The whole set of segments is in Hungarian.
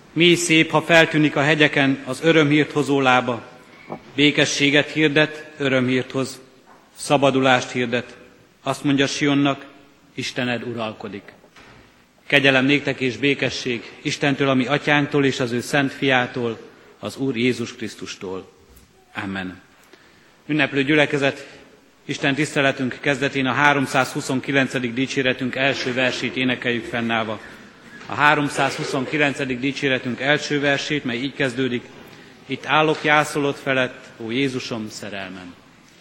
Mi szép, ha feltűnik a hegyeken az örömhírt hozó lába. Békességet hirdet, örömhírt hoz, szabadulást hirdet. Azt mondja Sionnak, Istened uralkodik. Kegyelem néktek és békesség Istentől, a mi atyánktól és az ő szent fiától, az Úr Jézus Krisztustól. Amen. Ünneplő gyülekezet, Isten tiszteletünk kezdetén a 329. dicséretünk első versét énekeljük fennállva. A 329. dicséretünk első versét, mely így kezdődik: Itt állok jászolod felett, ó Jézusom, szerelmem.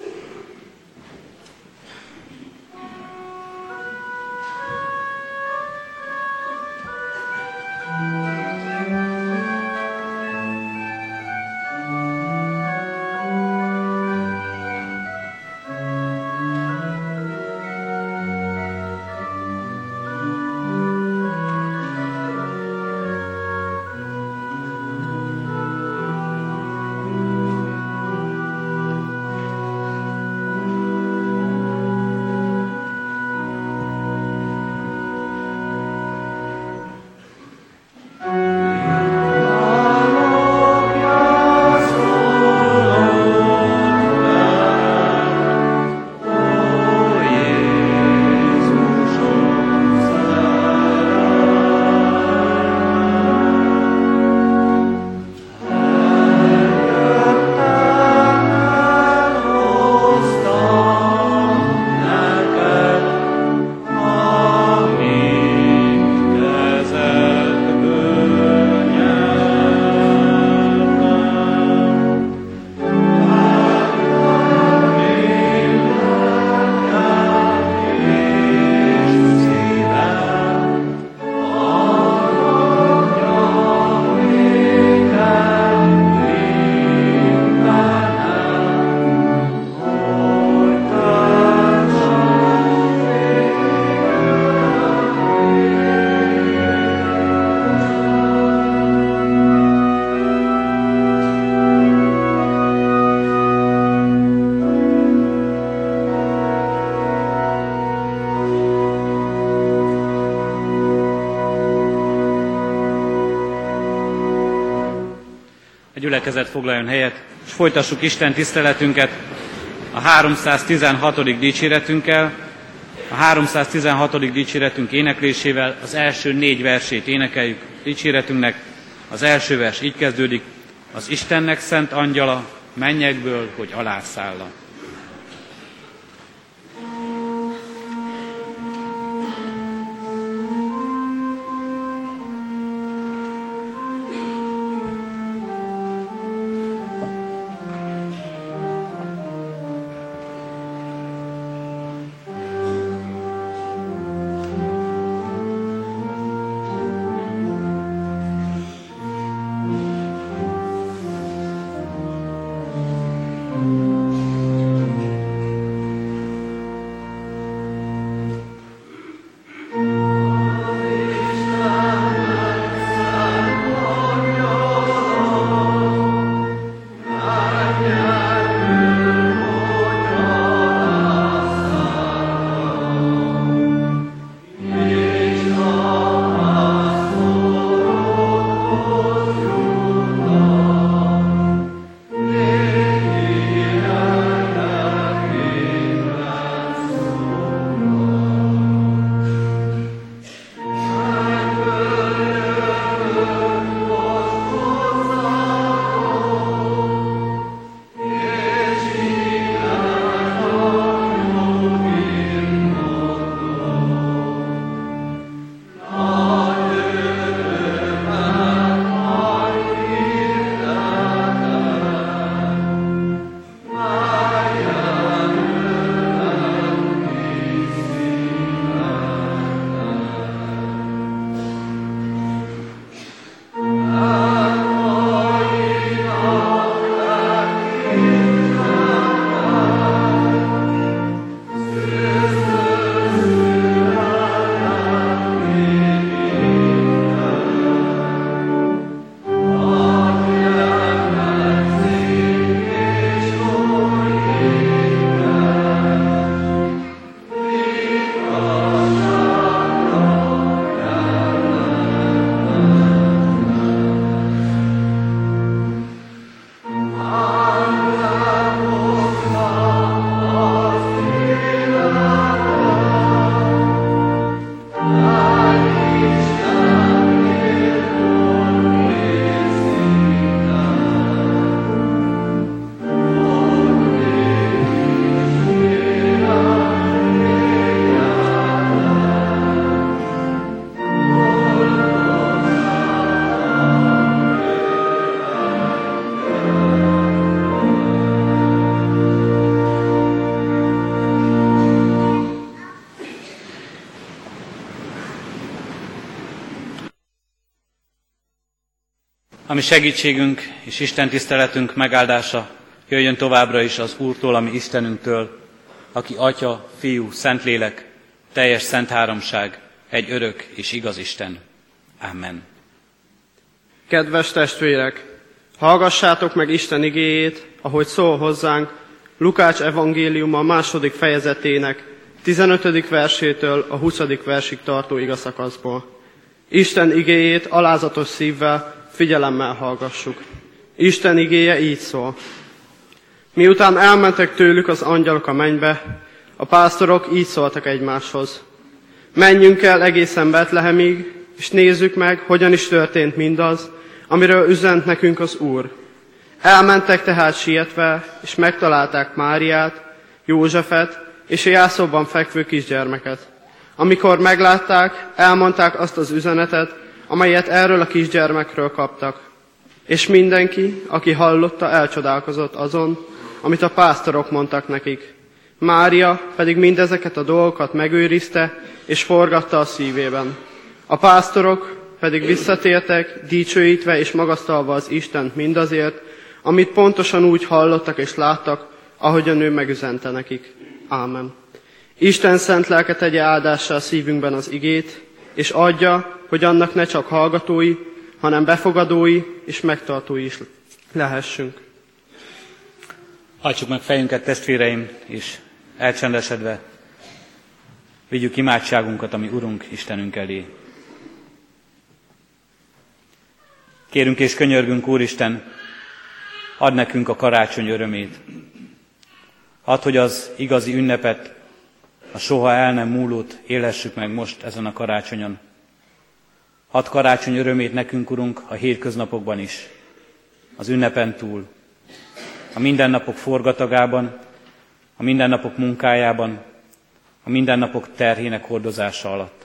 Gyülekezet foglaljon helyet, és folytassuk Isten tiszteletünket a 316. dicséretünkkel. A 316. dicséretünk éneklésével az első 4 versét énekeljük dicséretünknek. Az első vers így kezdődik: Az Istennek szent angyala mennyekből, hogy alászálla. Ami segítségünk és Isten tiszteletünk megáldása jöjjön továbbra is az Úrtól, ami Istenünktől, aki Atya, Fiú, Szentlélek, teljes szent háromság, egy örök és igaz Isten. Amen. Kedves testvérek, hallgassátok meg Isten igéjét, ahogy szól hozzánk Lukács evangéliuma 2. fejezetének 15. versétől a 20. versig tartó igaszakaszból. Isten igéjét alázatos szívvel, figyelemmel hallgassuk. Isten igéje így szól. Miután elmentek tőlük az angyalok a mennybe, a pásztorok így szóltak egymáshoz. Menjünk el egészen Betlehemig, és nézzük meg, hogyan is történt mindaz, amiről üzent nekünk az Úr. Elmentek tehát sietve, és megtalálták Máriát, Józsefet és a jászolban fekvő kisgyermeket. Amikor meglátták, elmondták azt az üzenetet, amelyet erről a kisgyermekről kaptak. És mindenki, aki hallotta, elcsodálkozott azon, amit a pásztorok mondtak nekik. Mária pedig mindezeket a dolgokat megőrizte, és forgatta a szívében. A pásztorok pedig visszatértek, dicsőítve és magasztalva az Istent mindazért, amit pontosan úgy hallottak és láttak, ahogyan ő megüzente nekik. Ámen. Isten szent lelke tegye áldással a szívünkben az igét, és adja, hogy annak ne csak hallgatói, hanem befogadói és megtartói is lehessünk. Hajtsuk meg fejünket, testvéreim, és elcsendesedve vigyük imádságunkat, ami Urunk Istenünk elé. Kérünk és könyörgünk, Úristen, add nekünk a karácsony örömét. Add, hogy az igazi ünnepet, a soha el nem múlót élhessük meg most ezen a karácsonyon. Add karácsony örömét nekünk, Urunk, a hétköznapokban is, az ünnepen túl, a mindennapok forgatagában, a mindennapok munkájában, a mindennapok terhének hordozása alatt.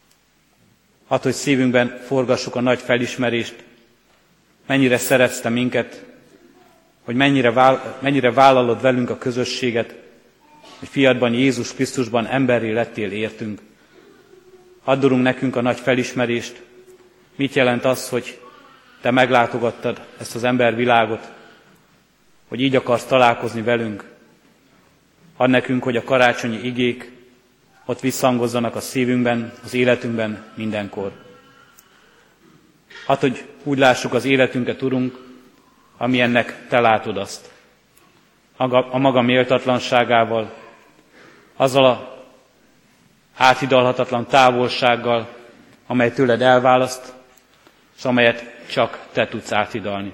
Add, hogy szívünkben forgassuk a nagy felismerést, mennyire szeretsz Te minket, hogy mennyire vállalod velünk a közösséget, hogy fiadban, Jézus Krisztusban emberré lettél értünk. Add, Urunk, nekünk a nagy felismerést, mit jelent az, hogy Te meglátogattad ezt az embervilágot, hogy így akarsz találkozni velünk. Add nekünk, hogy a karácsonyi igék ott visszhangozzanak a szívünkben, az életünkben mindenkor. Add, hogy úgy lássuk az életünket, Urunk, amilyennek Te látod azt. A maga méltatlanságával, azzal a áthidalhatatlan távolsággal, amely tőled elválaszt, és amelyet csak Te tudsz áthidalni.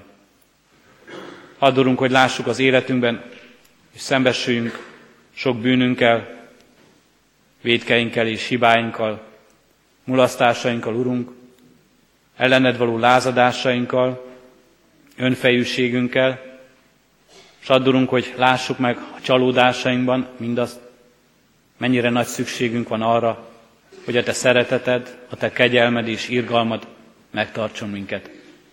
Add, Urunk, hogy lássuk az életünkben, és szembesüljünk sok bűnünkkel, vétkeinkkel és hibáinkkal, mulasztásainkkal, Urunk, ellened való lázadásainkkal, önfejűségünkkel, és add, Urunk, hogy lássuk meg a csalódásainkban mindazt, mennyire nagy szükségünk van arra, hogy a Te szereteted, a Te kegyelmed és irgalmad megtartson minket.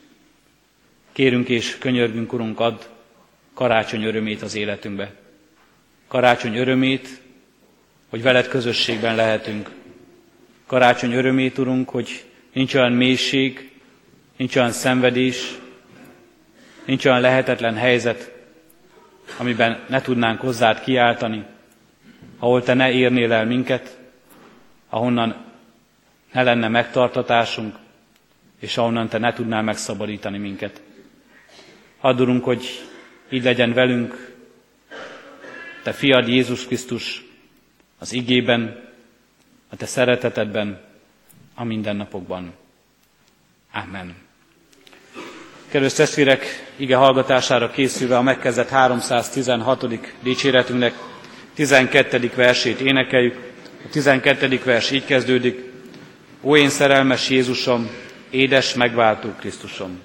Kérünk és könyörgünk, Urunk, add karácsony örömét az életünkbe. Karácsony örömét, hogy veled közösségben lehetünk. Karácsony örömét, Urunk, hogy nincs olyan mélység, nincs olyan szenvedés, nincs olyan lehetetlen helyzet, amiben ne tudnánk hozzád kiáltani, ahol Te ne érnél el minket, ahonnan ne lenne megtartatásunk, és ahonnan Te ne tudnál megszabadítani minket. Add, Urunk, hogy így legyen velünk Te fiad Jézus Krisztus az igében, a Te szeretetedben, a mindennapokban. Amen. Kedves testvérek, ige hallgatására készülve a megkezdett 316. dicséretünknek 12. versét énekeljük. A 12. vers így kezdődik: Ó, én szerelmes Jézusom, édes megváltó Krisztusom!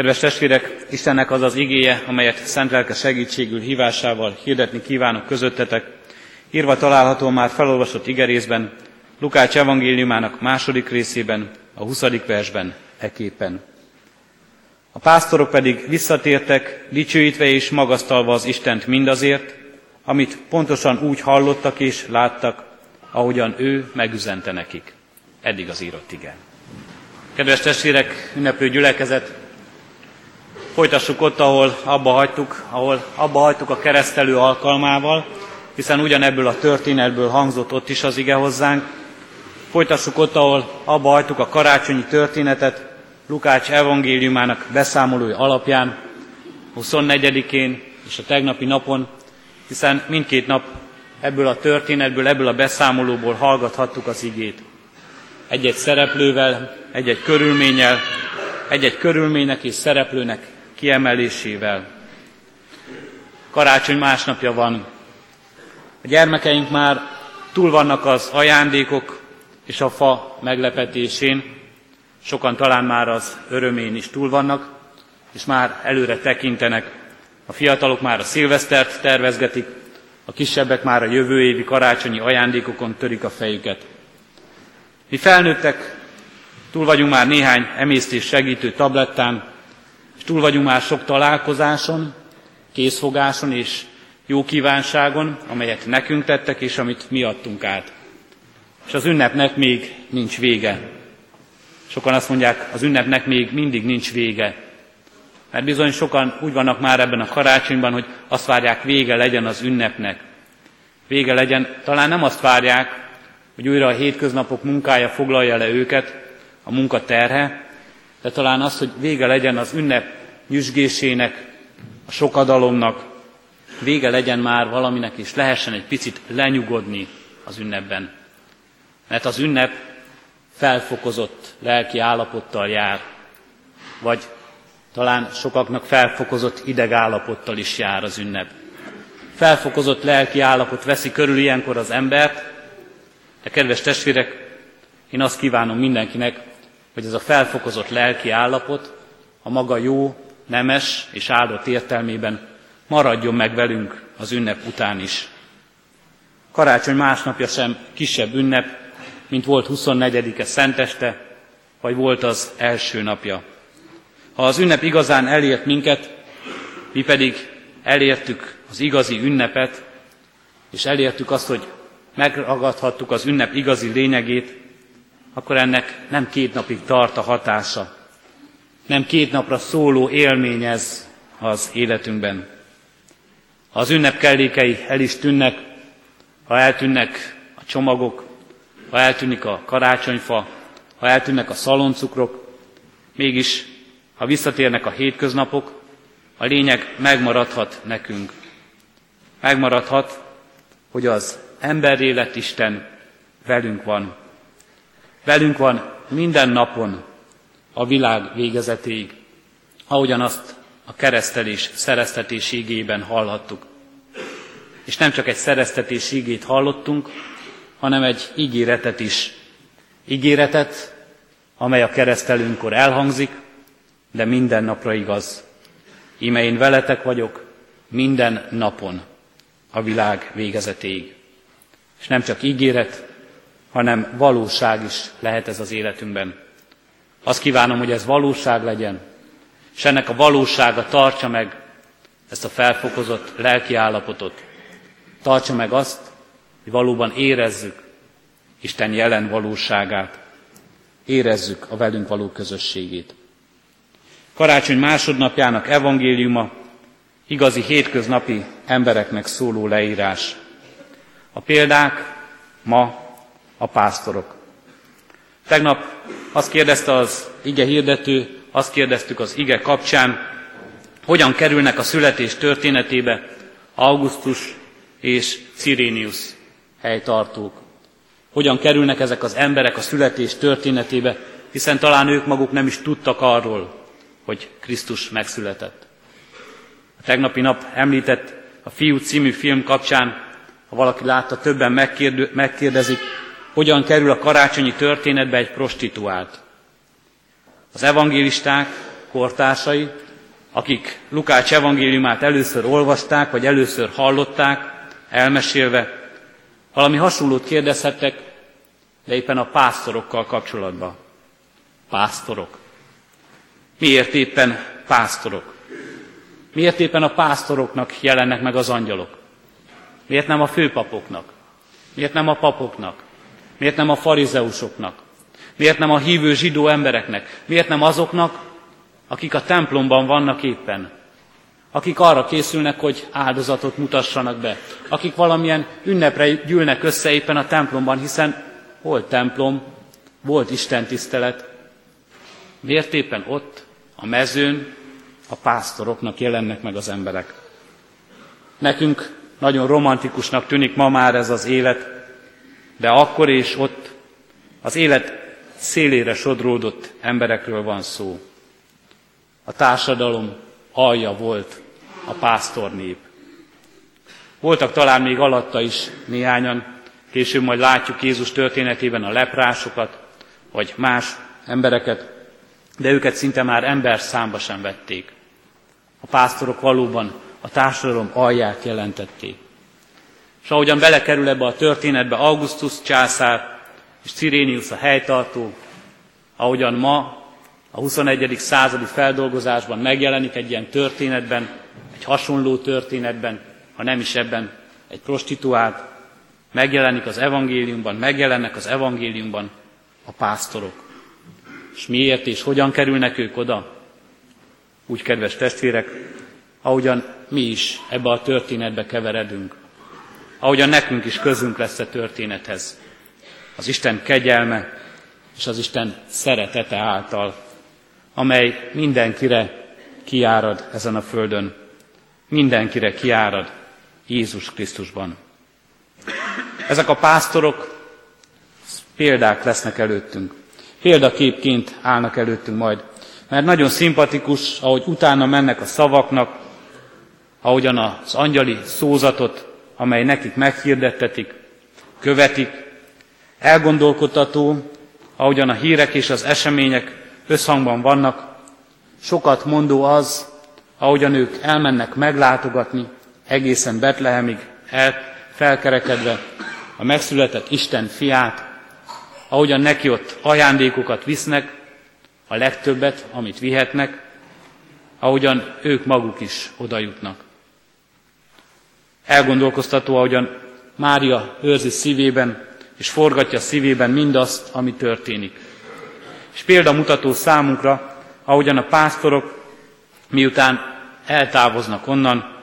Kedves testvérek, Istennek az az igéje, amelyet szent lelke segítségül hívásával hirdetni kívánok közöttetek, írva található már felolvasott igerészben, Lukács evangéliumának 2. részében, a 20. versben eképpen. A pásztorok pedig visszatértek, dicsőítve és magasztalva az Istent mindazért, amit pontosan úgy hallottak és láttak, ahogyan ő megüzente nekik. Eddig az írott ige. Kedves testvérek, ünneplő gyülekezet, folytassuk ott, ahol abba hagytuk a keresztelő alkalmával, hiszen ugyanebből a történetből hangzott ott is az ige hozzánk. Folytassuk ott, ahol abba hagytuk a karácsonyi történetet, Lukács evangéliumának beszámolói alapján, 24-én és a tegnapi napon, hiszen mindkét nap ebből a történetből, ebből a beszámolóból hallgathattuk az igét. Egy-egy szereplővel, egy-egy körülménnyel, egy-egy körülménynek és szereplőnek kiemelésével. Karácsony másnapja van. A gyermekeink már túl vannak az ajándékok és a fa meglepetésén, sokan talán már az örömén is túl vannak, és már előre tekintenek. A fiatalok már a szilvesztert tervezgetik, a kisebbek már a jövő évi karácsonyi ajándékokon törik a fejüket. Mi felnőttek, túl vagyunk már néhány emésztés segítő tablettán, és túl vagyunk már sok találkozáson, készfogáson és jó kívánságon, amelyet nekünk tettek, és amit mi adtunk át. És az ünnepnek még nincs vége. Sokan azt mondják, az ünnepnek még mindig nincs vége. Mert bizony sokan úgy vannak már ebben a karácsonyban, hogy azt várják, vége legyen az ünnepnek. Vége legyen, talán nem azt várják, hogy újra a hétköznapok munkája foglalja le őket, a munka terhe, de talán az, hogy vége legyen az ünnep nyüzsgésének, a sokadalomnak, vége legyen már valaminek, és lehessen egy picit lenyugodni az ünnepben. Mert az ünnep felfokozott lelki állapottal jár, vagy talán sokaknak felfokozott idegállapottal is jár az ünnep. Felfokozott lelki állapot veszi körül ilyenkor az embert, de kedves testvérek, én azt kívánom mindenkinek, hogy ez a felfokozott lelki állapot a maga jó, nemes és áldott értelmében maradjon meg velünk az ünnep után is. Karácsony másnapja sem kisebb ünnep, mint volt 24-e szenteste, vagy volt az első napja. Ha az ünnep igazán elért minket, mi pedig elértük az igazi ünnepet, és elértük azt, hogy megragadhattuk az ünnep igazi lényegét, akkor ennek nem 2 napig tart a hatása. Nem 2 napra szóló élmény ez az életünkben. Ha az ünnep kellékei el is tűnnek, ha eltűnnek a csomagok, ha eltűnik a karácsonyfa, ha eltűnnek a szaloncukrok, mégis, ha visszatérnek a hétköznapok, a lényeg megmaradhat nekünk. Megmaradhat, hogy az emberré lett Isten velünk van. Velünk van minden napon a világ végezetéig, ahogyan azt a keresztelés szereztetés ígében hallhattuk. És nem csak egy szereztetés ígét hallottunk, hanem egy ígéretet is. Ígéretet, amely a keresztelőnkor elhangzik, de minden napra igaz. Íme én veletek vagyok minden napon a világ végezetéig. És nem csak ígéret, hanem valóság is lehet ez az életünkben. Azt kívánom, hogy ez valóság legyen, és ennek a valósága tartsa meg ezt a felfokozott lelki állapotot. Tartsa meg azt, hogy valóban érezzük Isten jelen valóságát, érezzük a velünk való közösségét. Karácsony másodnapjának evangéliuma igazi hétköznapi embereknek szóló leírás. A példák ma a pásztorok. Tegnap azt kérdezte az ige hirdető, azt kérdeztük az ige kapcsán, hogyan kerülnek a születés történetébe Augustus és Cyrenius helytartók. Hogyan kerülnek ezek az emberek a születés történetébe, hiszen talán ők maguk nem is tudtak arról, hogy Krisztus megszületett. A tegnapi nap említett a Fiú című film kapcsán, ha valaki látta, többen megkérdezik, hogyan kerül a karácsonyi történetbe egy prostituált. Az evangélisták kortársai, akik Lukács evangéliumát először olvasták, vagy először hallották, elmesélve, valami hasonlót kérdezhettek, de éppen a pásztorokkal kapcsolatban. Pásztorok. Miért éppen pásztorok? Miért éppen a pásztoroknak jelennek meg az angyalok? Miért nem a főpapoknak? Miért nem a papoknak? Miért nem a farizeusoknak? Miért nem a hívő zsidó embereknek? Miért nem azoknak, akik a templomban vannak éppen? Akik arra készülnek, hogy áldozatot mutassanak be? Akik valamilyen ünnepre gyűlnek össze éppen a templomban, hiszen volt templom, volt istentisztelet. Miért éppen ott, a mezőn, a pásztoroknak jelennek meg az emberek? Nekünk nagyon romantikusnak tűnik ma már ez az élet, de akkor és ott az élet szélére sodródott emberekről van szó. A társadalom alja volt a pásztornép. Voltak talán még alatta is néhányan, később majd látjuk Jézus történetében a leprásokat, vagy más embereket, de őket szinte már emberszámba sem vették. A pásztorok valóban a társadalom alját jelentették. És ahogyan belekerül ebbe a történetbe Augustus császár és Cyrenius a helytartó, ahogyan ma a 21. századi feldolgozásban megjelenik egy ilyen történetben, egy hasonló történetben, ha nem is ebben, egy prostituált, megjelennek az evangéliumban a pásztorok. És miért és hogyan kerülnek ők oda? Úgy, kedves testvérek, ahogyan mi is ebbe a történetbe keveredünk. Ahogyan nekünk is közünk lesz a történethez. Az Isten kegyelme és az Isten szeretete által, amely mindenkire kiárad ezen a földön. Mindenkire kiárad Jézus Krisztusban. Ezek a pásztorok példák lesznek előttünk. Példaképként állnak előttünk majd. Mert nagyon szimpatikus, ahogy utána mennek a szavaknak, ahogyan az angyali szózatot, amely nekik meghirdettetik, követik. Elgondolkodtató, ahogyan a hírek és az események összhangban vannak. Sokat mondó az, ahogyan ők elmennek meglátogatni egészen Betlehemig, felkerekedve a megszületett Isten fiát, ahogyan neki ott ajándékokat visznek, a legtöbbet, amit vihetnek, ahogyan ők maguk is odajutnak. Elgondolkoztató, ahogyan Mária őrzi szívében, és forgatja szívében mindazt, ami történik. És példamutató számunkra, ahogyan a pásztorok, miután eltávoznak onnan,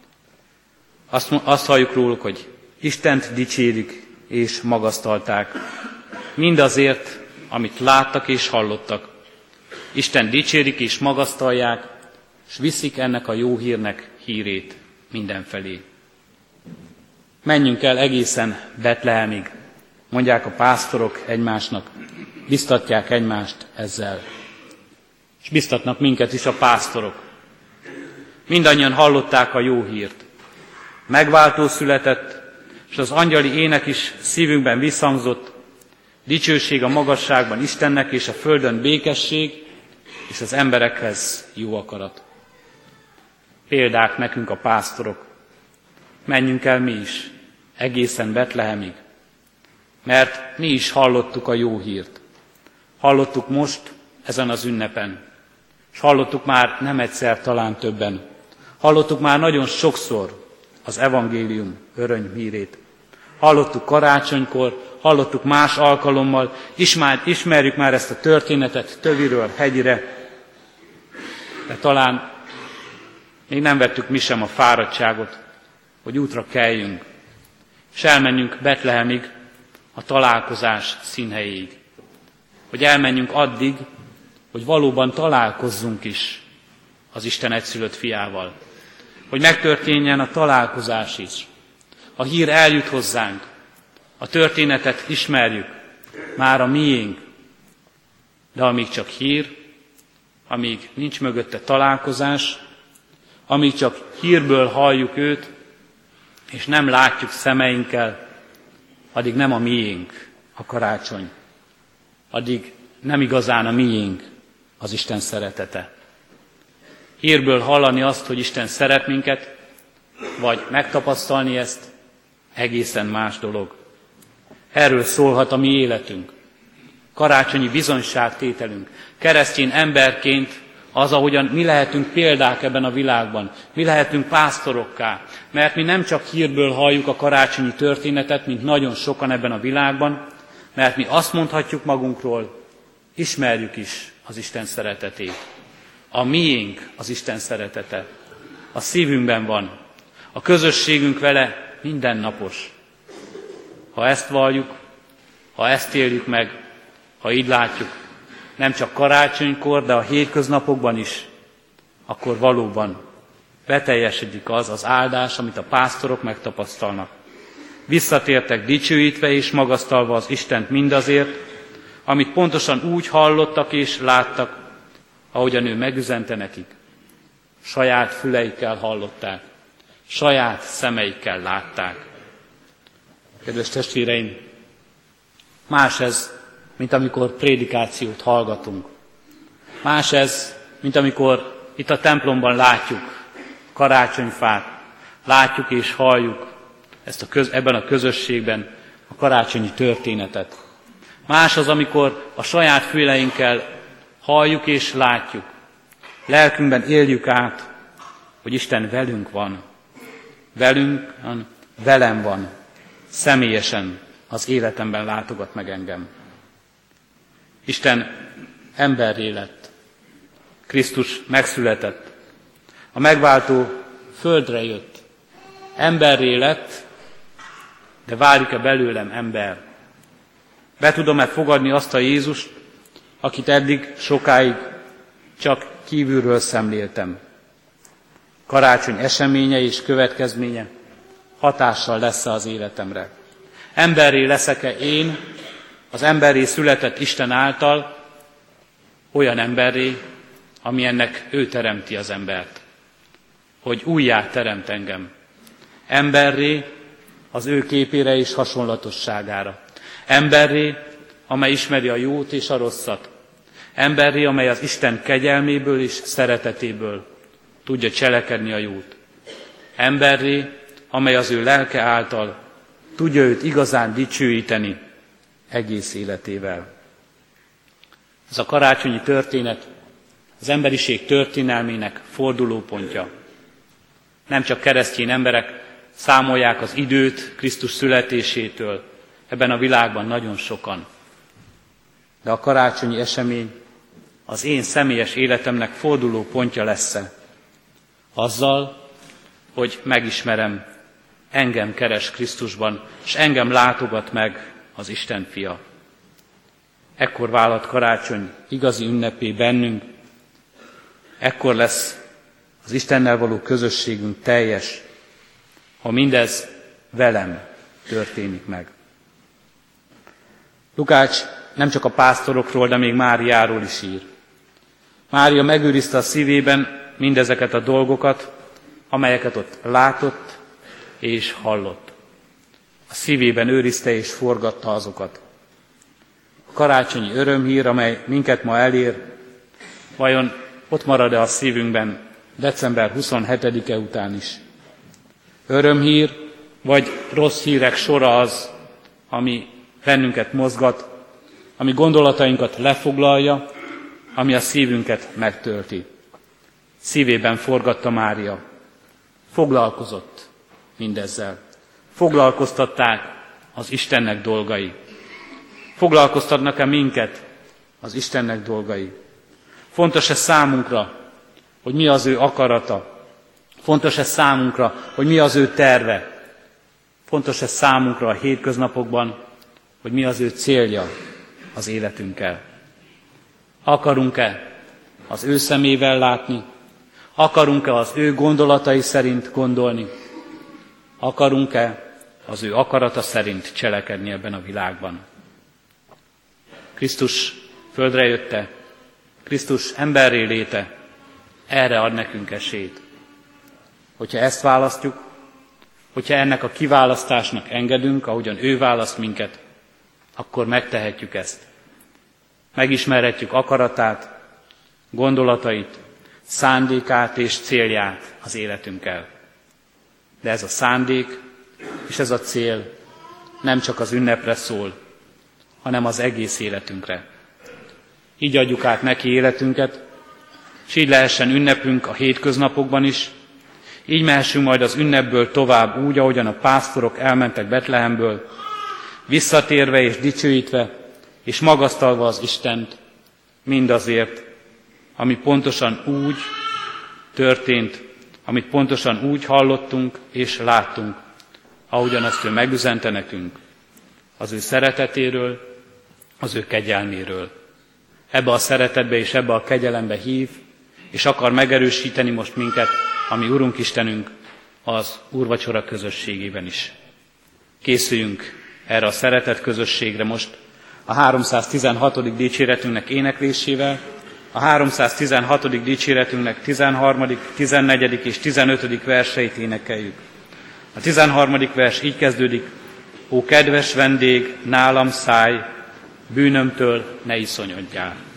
azt halljuk róluk, hogy Istent dicsérik és magasztalták. Mindazért, amit láttak és hallottak. Isten dicsérik és magasztalják, és viszik ennek a jó hírnek hírét mindenfelé. Menjünk el egészen Betlehemig, mondják a pásztorok egymásnak, biztatják egymást ezzel. És biztatnak minket is a pásztorok. Mindannyian hallották a jó hírt. Megváltó született, és az angyali ének is szívünkben visszhangzott, dicsőség a magasságban Istennek, és a földön békesség, és az emberekhez jó akarat. Példák nekünk a pásztorok. Menjünk el mi is, egészen Betlehemig, mert mi is hallottuk a jó hírt. Hallottuk most ezen az ünnepen, és hallottuk már nem egyszer, talán többen. Hallottuk már nagyon sokszor az evangélium örömhírét. Hallottuk karácsonykor, hallottuk más alkalommal, ismerjük már ezt a történetet töviről hegyire, de talán még nem vettük mi sem a fáradtságot, hogy útra keljünk, és elmenjünk Betlehemig, a találkozás színhelyéig. Hogy elmenjünk addig, hogy valóban találkozzunk is az Isten egyszülött fiával. Hogy megtörténjen a találkozás is. A hír eljut hozzánk, a történetet ismerjük, már a miénk. De amíg csak hír, amíg nincs mögötte találkozás, amíg csak hírből halljuk őt, és nem látjuk szemeinkkel, addig nem a miénk a karácsony. Addig nem igazán a miénk az Isten szeretete. Hírből hallani azt, hogy Isten szeret minket, vagy megtapasztalni ezt, egészen más dolog. Erről szólhat a mi életünk, karácsonyi bizonyságtételünk, keresztény emberként az, ahogyan mi lehetünk példák ebben a világban, mi lehetünk pásztorokká, mert mi nem csak hírből halljuk a karácsonyi történetet, mint nagyon sokan ebben a világban, mert mi azt mondhatjuk magunkról, ismerjük is az Isten szeretetét. A miénk az Isten szeretete. A szívünkben van. A közösségünk vele mindennapos. Ha ezt valljuk, ha ezt éljük meg, ha így látjuk, nem csak karácsonykor, de a hétköznapokban is, akkor valóban beteljesedik az áldás, amit a pásztorok megtapasztalnak. Visszatértek dicsőítve és magasztalva az Istent mindazért, amit pontosan úgy hallottak és láttak, ahogyan ő megüzente nekik. Saját füleikkel hallották, saját szemeikkel látták. Kedves testvéreim, más ez, mint amikor prédikációt hallgatunk. Más ez, mint amikor itt a templomban látjuk karácsonyfát, látjuk és halljuk ebben a közösségben a karácsonyi történetet. Más az, amikor a saját füleinkkel halljuk és látjuk. Lelkünkben éljük át, hogy Isten velünk van. Velem van. Személyesen az életemben látogat meg engem. Isten emberré lett. Krisztus megszületett. A megváltó földre jött. Emberré lett, de válik-e belőlem ember? Be tudom-e fogadni azt a Jézust, akit eddig sokáig csak kívülről szemléltem? Karácsony eseménye és következménye hatással lesz-e az életemre? Emberré leszek-e én, az emberré született Isten által, olyan emberré, amilyennek ő teremti az embert, hogy újjá teremt engem. Emberré az ő képére és hasonlatosságára. Emberré, amely ismeri a jót és a rosszat. Emberré, amely az Isten kegyelméből és szeretetéből tudja cselekedni a jót. Emberré, amely az ő lelke által tudja őt igazán dicsőíteni egész életével. Ez a karácsonyi történet az emberiség történelmének fordulópontja. Nem csak keresztény emberek számolják az időt Krisztus születésétől, ebben a világban nagyon sokan. De a karácsonyi esemény az én személyes életemnek fordulópontja lesz-e. Azzal, hogy megismerem, engem keres Krisztusban, és engem látogat meg az Isten fia. Ekkor válhat karácsony igazi ünnepé bennünk, ekkor lesz az Istennel való közösségünk teljes, ha mindez velem történik meg. Lukács nem csak a pásztorokról, de még Máriáról is ír. Mária megőrizte a szívében mindezeket a dolgokat, amelyeket ott látott és hallott. A szívében őrizte és forgatta azokat. A karácsonyi örömhír, amely minket ma elér, vajon ott marad-e a szívünkben december 27-e után is? Örömhír, vagy rossz hírek sora az, ami bennünket mozgat, ami gondolatainkat lefoglalja, ami a szívünket megtölti. Szívében forgatta Mária. Foglalkozott mindezzel. Foglalkoztatták az Istennek dolgai. Foglalkoztatnak-e minket az Istennek dolgai? Fontos-e számunkra, hogy mi az ő akarata? Fontos-e számunkra, hogy mi az ő terve? Fontos-e számunkra a hétköznapokban, hogy mi az ő célja az életünkkel? Akarunk-e az ő szemével látni? Akarunk-e az ő gondolatai szerint gondolni? Akarunk-e az ő akarata szerint cselekedni ebben a világban? Krisztus földre jötte, Krisztus emberré léte, erre ad nekünk esélyt. Hogyha ezt választjuk, hogyha ennek a kiválasztásnak engedünk, ahogyan ő választ minket, akkor megtehetjük ezt. Megismerhetjük akaratát, gondolatait, szándékát és célját az életünkkel. De ez a szándék és ez a cél nem csak az ünnepre szól, hanem az egész életünkre. Így adjuk át neki életünket, és így lehessen ünnepünk a hétköznapokban is, így mehessünk majd az ünnepből tovább úgy, ahogyan a pásztorok elmentek Betlehemből, visszatérve és dicsőítve, és magasztalva az Istent, mindazért, ami pontosan úgy történt, amit pontosan úgy hallottunk és láttunk, ahogyan azt ő megüzente nekünk, az ő szeretetéről, az ő kegyelméről. Ebbe a szeretetbe és ebbe a kegyelembe hív, és akar megerősíteni most minket, ami Urunk Istenünk, az úrvacsora közösségében is. Készüljünk erre a szeretet közösségre most a 316. dicséretünknek éneklésével, a 316. dicséretünknek 13., 14. és 15. verseit énekeljük. A 13. vers így kezdődik: Ó kedves vendég, nálam szállj, bűnömtől ne iszonyodjál.